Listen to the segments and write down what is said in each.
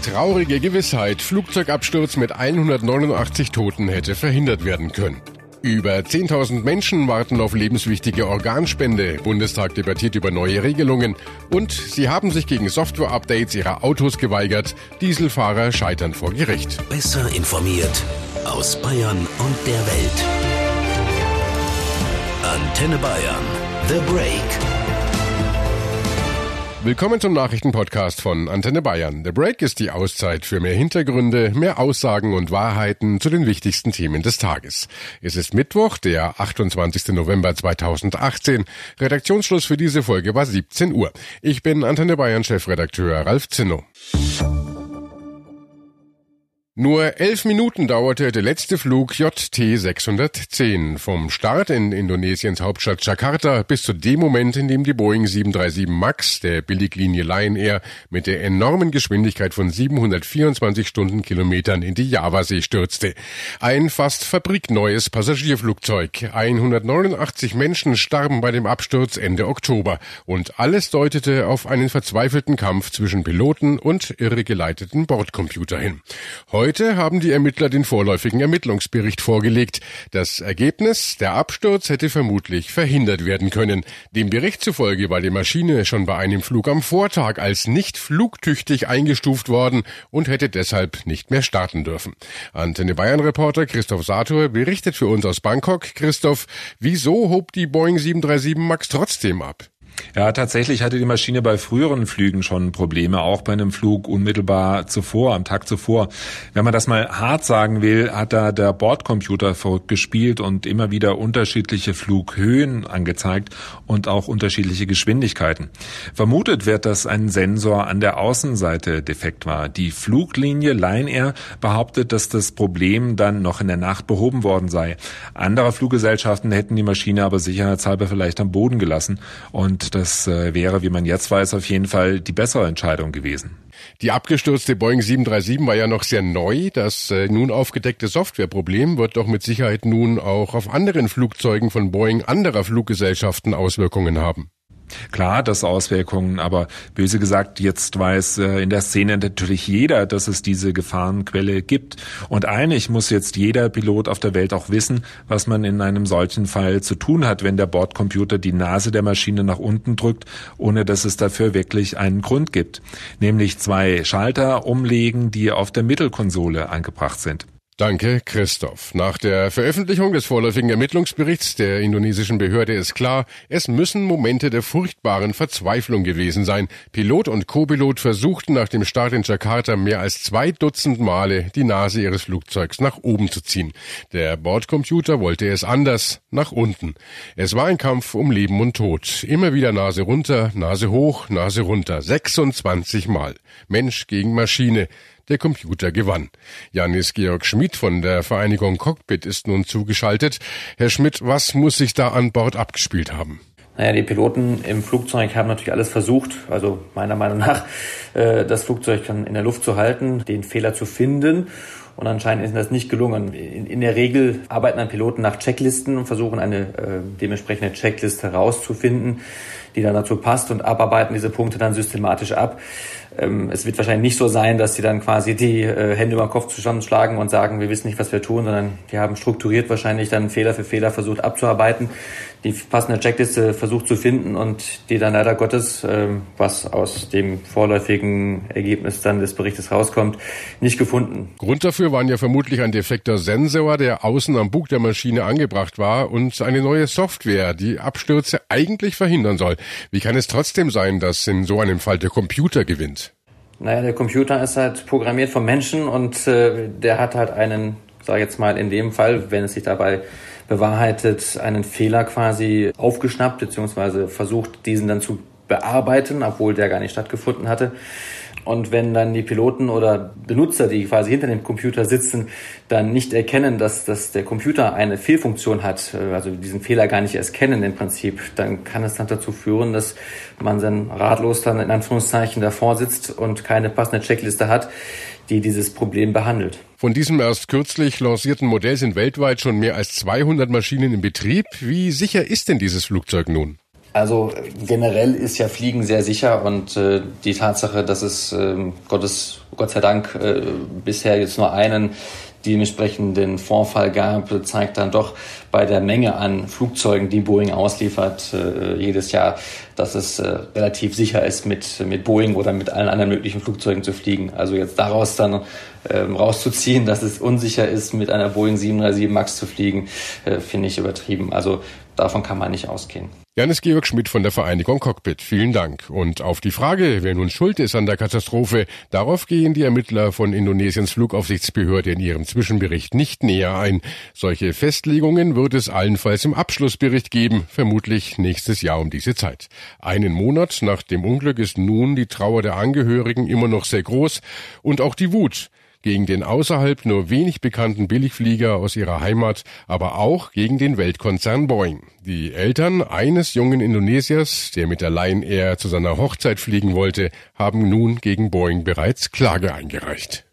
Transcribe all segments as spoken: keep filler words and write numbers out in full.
Traurige Gewissheit, Flugzeugabsturz mit hundertneunundachtzig Toten hätte verhindert werden können. Über zehntausend Menschen warten auf lebenswichtige Organspende. Bundestag debattiert über neue Regelungen. Und sie haben sich gegen Software-Updates ihrer Autos geweigert. Dieselfahrer scheitern vor Gericht. Besser informiert aus Bayern und der Welt. Antenne Bayern. The Break. Willkommen zum Nachrichtenpodcast von Antenne Bayern. The Break ist die Auszeit für mehr Hintergründe, mehr Aussagen und Wahrheiten zu den wichtigsten Themen des Tages. Es ist Mittwoch, der achtundzwanzigsten November zweitausendachtzehn. Redaktionsschluss für diese Folge war siebzehn Uhr. Ich bin Antenne Bayern Chefredakteur Ralf Zinno. Nur elf Minuten dauerte der letzte Flug J T sechshundertzehn vom Start in Indonesiens Hauptstadt Jakarta bis zu dem Moment, in dem die Boeing sieben drei sieben Max der Billiglinie Lion Air mit der enormen Geschwindigkeit von siebenhundertvierundzwanzig Stundenkilometern in die Javasee stürzte. Ein fast fabrikneues Passagierflugzeug. hundertneunundachtzig Menschen starben bei dem Absturz Ende Oktober und alles deutete auf einen verzweifelten Kampf zwischen Piloten und irregeleiteten Bordcomputer hin. Heute haben die Ermittler den vorläufigen Ermittlungsbericht vorgelegt. Das Ergebnis: Der Absturz hätte vermutlich verhindert werden können. Dem Bericht zufolge war die Maschine schon bei einem Flug am Vortag als nicht flugtüchtig eingestuft worden und hätte deshalb nicht mehr starten dürfen. Antenne Bayern-Reporter Christoph Sator berichtet für uns aus Bangkok. Christoph, wieso hob die Boeing sieben drei sieben Max trotzdem ab? Ja, tatsächlich hatte die Maschine bei früheren Flügen schon Probleme, auch bei einem Flug unmittelbar zuvor, am Tag zuvor. Wenn man das mal hart sagen will, hat da der Bordcomputer verrückt gespielt und immer wieder unterschiedliche Flughöhen angezeigt und auch unterschiedliche Geschwindigkeiten. Vermutet wird, dass ein Sensor an der Außenseite defekt war. Die Fluglinie Lion Air behauptet, dass das Problem dann noch in der Nacht behoben worden sei. Andere Fluggesellschaften hätten die Maschine aber sicherheitshalber vielleicht am Boden gelassen und das wäre, wie man jetzt weiß, auf jeden Fall die bessere Entscheidung gewesen. Die abgestürzte Boeing sieben drei sieben war ja noch sehr neu. Das äh, nun aufgedeckte Softwareproblem wird doch mit Sicherheit nun auch auf anderen Flugzeugen von Boeing anderer Fluggesellschaften Auswirkungen haben. Klar hat das Auswirkungen, aber böse gesagt, jetzt weiß äh, in der Szene natürlich jeder, dass es diese Gefahrenquelle gibt. Und eigentlich muss jetzt jeder Pilot auf der Welt auch wissen, was man in einem solchen Fall zu tun hat, wenn der Bordcomputer die Nase der Maschine nach unten drückt, ohne dass es dafür wirklich einen Grund gibt. Nämlich zwei Schalter umlegen, die auf der Mittelkonsole angebracht sind. Danke, Christoph. Nach der Veröffentlichung des vorläufigen Ermittlungsberichts der indonesischen Behörde ist klar, es müssen Momente der furchtbaren Verzweiflung gewesen sein. Pilot und Co-Pilot versuchten nach dem Start in Jakarta mehr als zwei Dutzend Male die Nase ihres Flugzeugs nach oben zu ziehen. Der Bordcomputer wollte es anders, nach unten. Es war ein Kampf um Leben und Tod. Immer wieder Nase runter, Nase hoch, Nase runter. sechsundzwanzig Mal. Mensch gegen Maschine. Der Computer gewann. Janis-Georg Schmidt von der Vereinigung Cockpit ist nun zugeschaltet. Herr Schmidt, was muss sich da an Bord abgespielt haben? Naja, die Piloten im Flugzeug haben natürlich alles versucht, also meiner Meinung nach, das Flugzeug dann in der Luft zu halten, den Fehler zu finden. Und anscheinend ist das nicht gelungen. In, in der Regel arbeiten dann Piloten nach Checklisten und versuchen eine äh, dementsprechende Checkliste herauszufinden, die dann dazu passt, und abarbeiten diese Punkte dann systematisch ab. Ähm, es wird wahrscheinlich nicht so sein, dass sie dann quasi die äh, Hände über den Kopf zusammenschlagen und sagen, wir wissen nicht, was wir tun, sondern die haben strukturiert wahrscheinlich dann Fehler für Fehler versucht abzuarbeiten, die passende Checkliste versucht zu finden und die dann leider Gottes, äh, was aus dem vorläufigen Ergebnis dann des Berichtes rauskommt, nicht gefunden. Grund dafür waren ja vermutlich ein defekter Sensor, der außen am Bug der Maschine angebracht war, und eine neue Software, die Abstürze eigentlich verhindern soll. Wie kann es trotzdem sein, dass in so einem Fall der Computer gewinnt? Naja, der Computer ist halt programmiert vom Menschen und äh, der hat halt einen, sag ich jetzt mal in dem Fall, wenn es sich dabei bewahrheitet, einen Fehler quasi aufgeschnappt, beziehungsweise versucht, diesen dann zu bearbeiten, obwohl der gar nicht stattgefunden hatte. Und wenn dann die Piloten oder Benutzer, die quasi hinter dem Computer sitzen, dann nicht erkennen, dass, dass der Computer eine Fehlfunktion hat, also diesen Fehler gar nicht erst kennen im Prinzip, dann kann es dann dazu führen, dass man dann ratlos dann in Anführungszeichen davor sitzt und keine passende Checkliste hat, die dieses Problem behandelt. Von diesem erst kürzlich lancierten Modell sind weltweit schon mehr als zweihundert Maschinen in Betrieb. Wie sicher ist denn dieses Flugzeug nun? Also generell ist ja Fliegen sehr sicher und äh, die Tatsache, dass es äh, Gottes, Gott sei Dank äh, bisher jetzt nur einen dementsprechenden Vorfall gab, zeigt dann doch bei der Menge an Flugzeugen, die Boeing ausliefert, äh, jedes Jahr, dass es äh, relativ sicher ist, mit, mit Boeing oder mit allen anderen möglichen Flugzeugen zu fliegen. Also jetzt daraus dann äh, rauszuziehen, dass es unsicher ist, mit einer Boeing sieben drei sieben Max zu fliegen, äh, finde ich übertrieben. Also davon kann man nicht ausgehen. Janis-Georg Schmidt von der Vereinigung Cockpit, vielen Dank. Und auf die Frage, wer nun schuld ist an der Katastrophe, darauf gehen die Ermittler von Indonesiens Flugaufsichtsbehörde in ihrem Zwischenbericht nicht näher ein. Solche Festlegungen wird es allenfalls im Abschlussbericht geben, vermutlich nächstes Jahr um diese Zeit. Einen Monat nach dem Unglück ist nun die Trauer der Angehörigen immer noch sehr groß und auch die Wut gegen den außerhalb nur wenig bekannten Billigflieger aus ihrer Heimat, aber auch gegen den Weltkonzern Boeing. Die Eltern eines jungen Indonesiers, der mit der Lion Air zu seiner Hochzeit fliegen wollte, haben nun gegen Boeing bereits Klage eingereicht.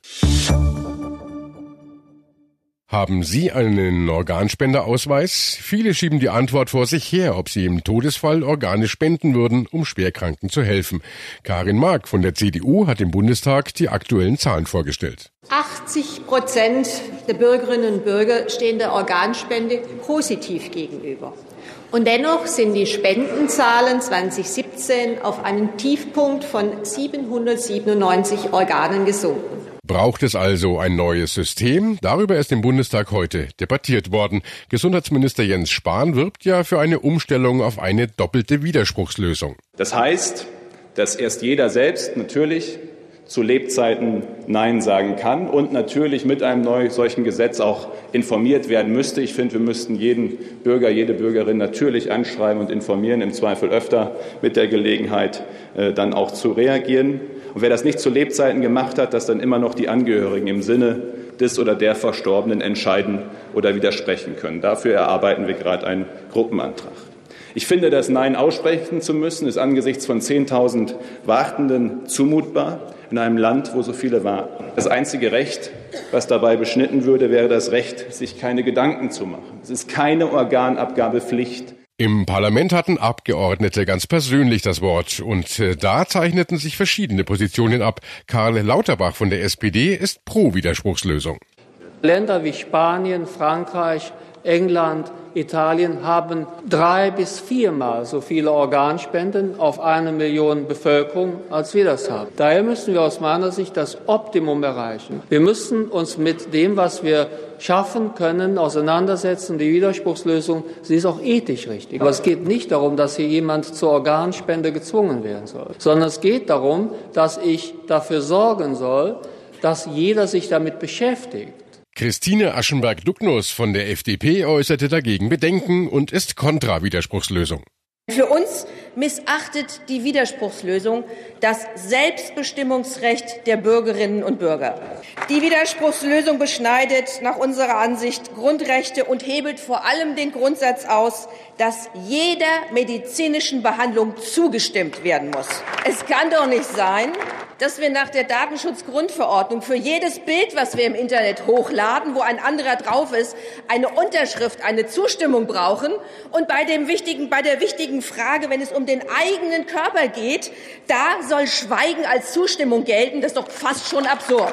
Haben Sie einen Organspenderausweis? Viele schieben die Antwort vor sich her, ob sie im Todesfall Organe spenden würden, um Schwerkranken zu helfen. Karin Mark von der C D U hat im Bundestag die aktuellen Zahlen vorgestellt. achtzig Prozent der Bürgerinnen und Bürger stehen der Organspende positiv gegenüber. Und dennoch sind die Spendenzahlen zwanzig siebzehn auf einen Tiefpunkt von siebenhundertsiebenundneunzig Organen gesunken. Braucht es also ein neues System? Darüber ist im Bundestag heute debattiert worden. Gesundheitsminister Jens Spahn wirbt ja für eine Umstellung auf eine doppelte Widerspruchslösung. Das heißt, dass erst jeder selbst natürlich zu Lebzeiten Nein sagen kann und natürlich mit einem neuen solchen Gesetz auch informiert werden müsste. Ich finde, wir müssten jeden Bürger, jede Bürgerin natürlich anschreiben und informieren, im Zweifel öfter mit der Gelegenheit, äh, dann auch zu reagieren. Und wer das nicht zu Lebzeiten gemacht hat, dass dann immer noch die Angehörigen im Sinne des oder der Verstorbenen entscheiden oder widersprechen können. Dafür erarbeiten wir gerade einen Gruppenantrag. Ich finde, das Nein aussprechen zu müssen, ist angesichts von zehntausend Wartenden zumutbar in einem Land, wo so viele warten. Das einzige Recht, was dabei beschnitten würde, wäre das Recht, sich keine Gedanken zu machen. Es ist keine Organabgabepflicht. Im Parlament hatten Abgeordnete ganz persönlich das Wort und äh, da zeichneten sich verschiedene Positionen ab. Karl Lauterbach von der S P D ist pro Widerspruchslösung. Länder wie Spanien, Frankreich, England, Italien haben drei bis viermal so viele Organspenden auf eine Million Bevölkerung, als wir das haben. Daher müssen wir aus meiner Sicht das Optimum erreichen. Wir müssen uns mit dem, was wir schaffen können, auseinandersetzen. Die Widerspruchslösung, sie ist auch ethisch richtig. Aber es geht nicht darum, dass hier jemand zur Organspende gezwungen werden soll, sondern es geht darum, dass ich dafür sorgen soll, dass jeder sich damit beschäftigt. Christine Aschenberg-Ducknuss von der F D P äußerte dagegen Bedenken und ist kontra Widerspruchslösung. Für uns missachtet die Widerspruchslösung das Selbstbestimmungsrecht der Bürgerinnen und Bürger. Die Widerspruchslösung beschneidet nach unserer Ansicht Grundrechte und hebelt vor allem den Grundsatz aus, dass jeder medizinischen Behandlung zugestimmt werden muss. Es kann doch nicht sein, dass wir nach der Datenschutzgrundverordnung für jedes Bild, was wir im Internet hochladen, wo ein anderer drauf ist, eine Unterschrift, eine Zustimmung brauchen. Und bei dem wichtigen, bei der wichtigen Frage, wenn es um den eigenen Körper geht, da soll Schweigen als Zustimmung gelten. Das ist doch fast schon absurd.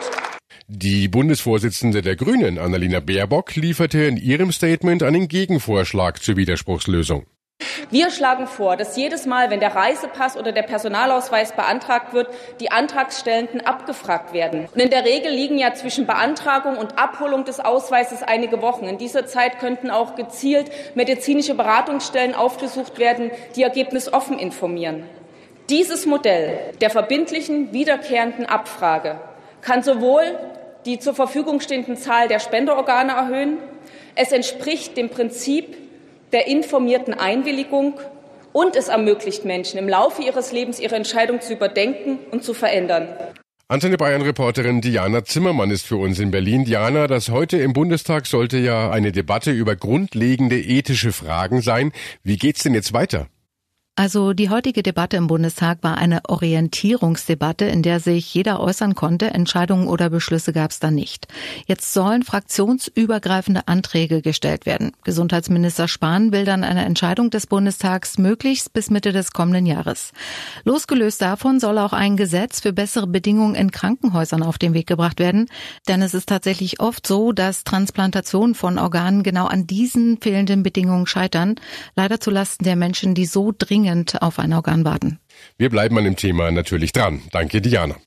Die Bundesvorsitzende der Grünen, Annalena Baerbock, lieferte in ihrem Statement einen Gegenvorschlag zur Widerspruchslösung. Wir schlagen vor, dass jedes Mal, wenn der Reisepass oder der Personalausweis beantragt wird, die Antragstellenden abgefragt werden. Und in der Regel liegen ja zwischen Beantragung und Abholung des Ausweises einige Wochen. In dieser Zeit könnten auch gezielt medizinische Beratungsstellen aufgesucht werden, die ergebnisoffen informieren. Dieses Modell der verbindlichen, wiederkehrenden Abfrage kann sowohl die zur Verfügung stehenden Zahl der Spenderorgane erhöhen, es entspricht dem Prinzip der informierten Einwilligung und es ermöglicht Menschen im Laufe ihres Lebens ihre Entscheidung zu überdenken und zu verändern. Antenne Bayern-Reporterin Diana Zimmermann ist für uns in Berlin. Diana, das heute im Bundestag sollte ja eine Debatte über grundlegende ethische Fragen sein. Wie geht's denn jetzt weiter? Also die heutige Debatte im Bundestag war eine Orientierungsdebatte, in der sich jeder äußern konnte. Entscheidungen oder Beschlüsse gab es da nicht. Jetzt sollen fraktionsübergreifende Anträge gestellt werden. Gesundheitsminister Spahn will dann eine Entscheidung des Bundestags möglichst bis Mitte des kommenden Jahres. Losgelöst davon soll auch ein Gesetz für bessere Bedingungen in Krankenhäusern auf den Weg gebracht werden. Denn es ist tatsächlich oft so, dass Transplantationen von Organen genau an diesen fehlenden Bedingungen scheitern. Leider zulasten der Menschen, die so dringend auf ein Organ warten. Wir bleiben an dem Thema natürlich dran. Danke, Diana.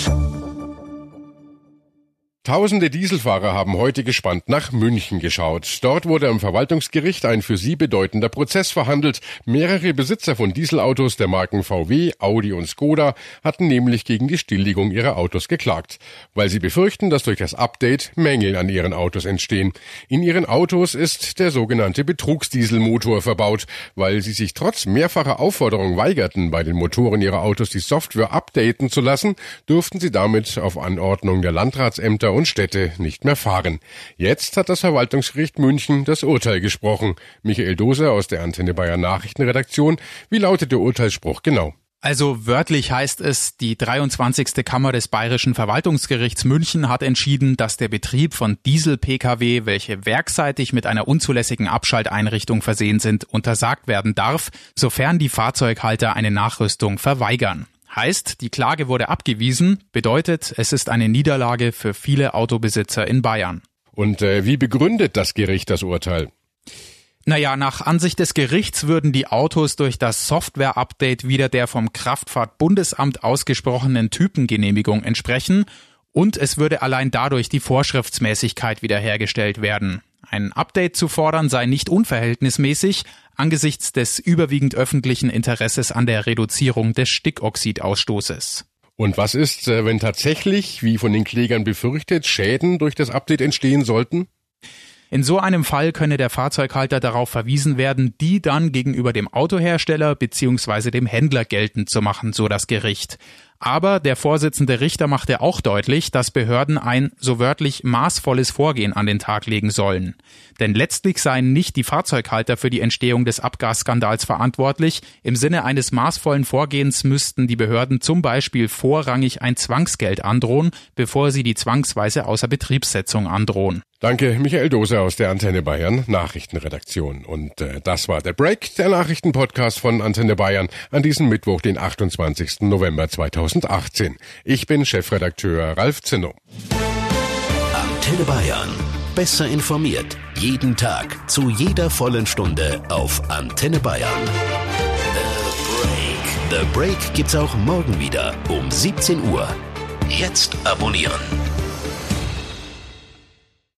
Tausende Dieselfahrer haben heute gespannt nach München geschaut. Dort wurde am Verwaltungsgericht ein für sie bedeutender Prozess verhandelt. Mehrere Besitzer von Dieselautos der Marken V W, Audi und Skoda hatten nämlich gegen die Stilllegung ihrer Autos geklagt, weil sie befürchten, dass durch das Update Mängel an ihren Autos entstehen. In ihren Autos ist der sogenannte Betrugsdieselmotor verbaut. Weil sie sich trotz mehrfacher Aufforderung weigerten, bei den Motoren ihrer Autos die Software updaten zu lassen, durften sie damit auf Anordnung der Landratsämter und Städte nicht mehr fahren. Jetzt hat das Verwaltungsgericht München das Urteil gesprochen. Michael Doser aus der Antenne Bayern Nachrichtenredaktion. Wie lautet der Urteilsspruch genau? Also wörtlich heißt es, die dreiundzwanzigste Kammer des Bayerischen Verwaltungsgerichts München hat entschieden, dass der Betrieb von Diesel-P K W, welche werkseitig mit einer unzulässigen Abschalteinrichtung versehen sind, untersagt werden darf, sofern die Fahrzeughalter eine Nachrüstung verweigern. Heißt, die Klage wurde abgewiesen, bedeutet, es ist eine Niederlage für viele Autobesitzer in Bayern. Und äh, wie begründet das Gericht das Urteil? Naja, nach Ansicht des Gerichts würden die Autos durch das Software-Update wieder der vom Kraftfahrtbundesamt ausgesprochenen Typengenehmigung entsprechen und es würde allein dadurch die Vorschriftsmäßigkeit wiederhergestellt werden. Ein Update zu fordern sei nicht unverhältnismäßig angesichts des überwiegend öffentlichen Interesses an der Reduzierung des Stickoxidausstoßes. Und was ist, wenn tatsächlich, wie von den Klägern befürchtet, Schäden durch das Update entstehen sollten? In so einem Fall könne der Fahrzeughalter darauf verwiesen werden, die dann gegenüber dem Autohersteller bzw. dem Händler geltend zu machen, so das Gericht. Aber der Vorsitzende Richter machte auch deutlich, dass Behörden ein, so wörtlich, maßvolles Vorgehen an den Tag legen sollen. Denn letztlich seien nicht die Fahrzeughalter für die Entstehung des Abgasskandals verantwortlich. Im Sinne eines maßvollen Vorgehens müssten die Behörden zum Beispiel vorrangig ein Zwangsgeld androhen, bevor sie die zwangsweise Außerbetriebssetzung androhen. Danke, Michael Doser aus der Antenne Bayern Nachrichtenredaktion. Und äh, das war der Break, der Nachrichtenpodcast von Antenne Bayern an diesem Mittwoch, den achtundzwanzigsten November zweitausendachtzehn. Ich bin Chefredakteur Ralf Zinno. Antenne Bayern. Besser informiert. Jeden Tag. Zu jeder vollen Stunde auf Antenne Bayern. The Break. The Break gibt's auch morgen wieder um siebzehn Uhr. Jetzt abonnieren.